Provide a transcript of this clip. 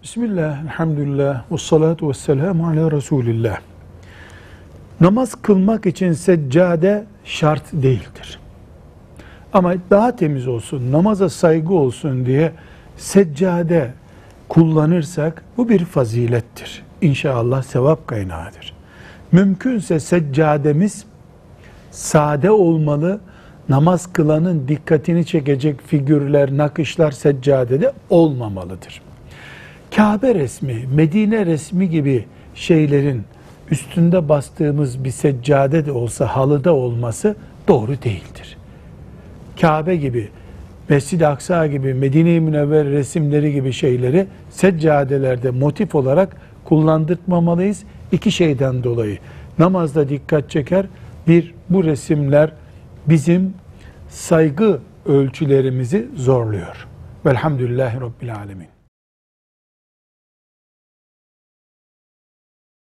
Bismillah, elhamdülillah, ve salatu ve selamu ala Resulillah. Namaz kılmak için seccade şart değildir. Ama daha temiz olsun, namaza saygı olsun diye seccade kullanırsak bu bir fazilettir. İnşallah sevap kaynağıdır. Mümkünse seccademiz sade olmalı, namaz kılanın dikkatini çekecek figürler, nakışlar seccadede olmamalıdır. Kabe resmi, Medine resmi gibi şeylerin üstünde bastığımız bir seccade de olsa, halıda olması doğru değildir. Kabe gibi, Mescid-i Aksa gibi, Medine-i Münevver resimleri gibi şeyleri seccadelerde motif olarak kullandırtmamalıyız. İki şeyden dolayı. Namazda dikkat çeker. Bir, bu resimler bizim saygı ölçülerimizi zorluyor. Velhamdülillahi Rabbil Alemin.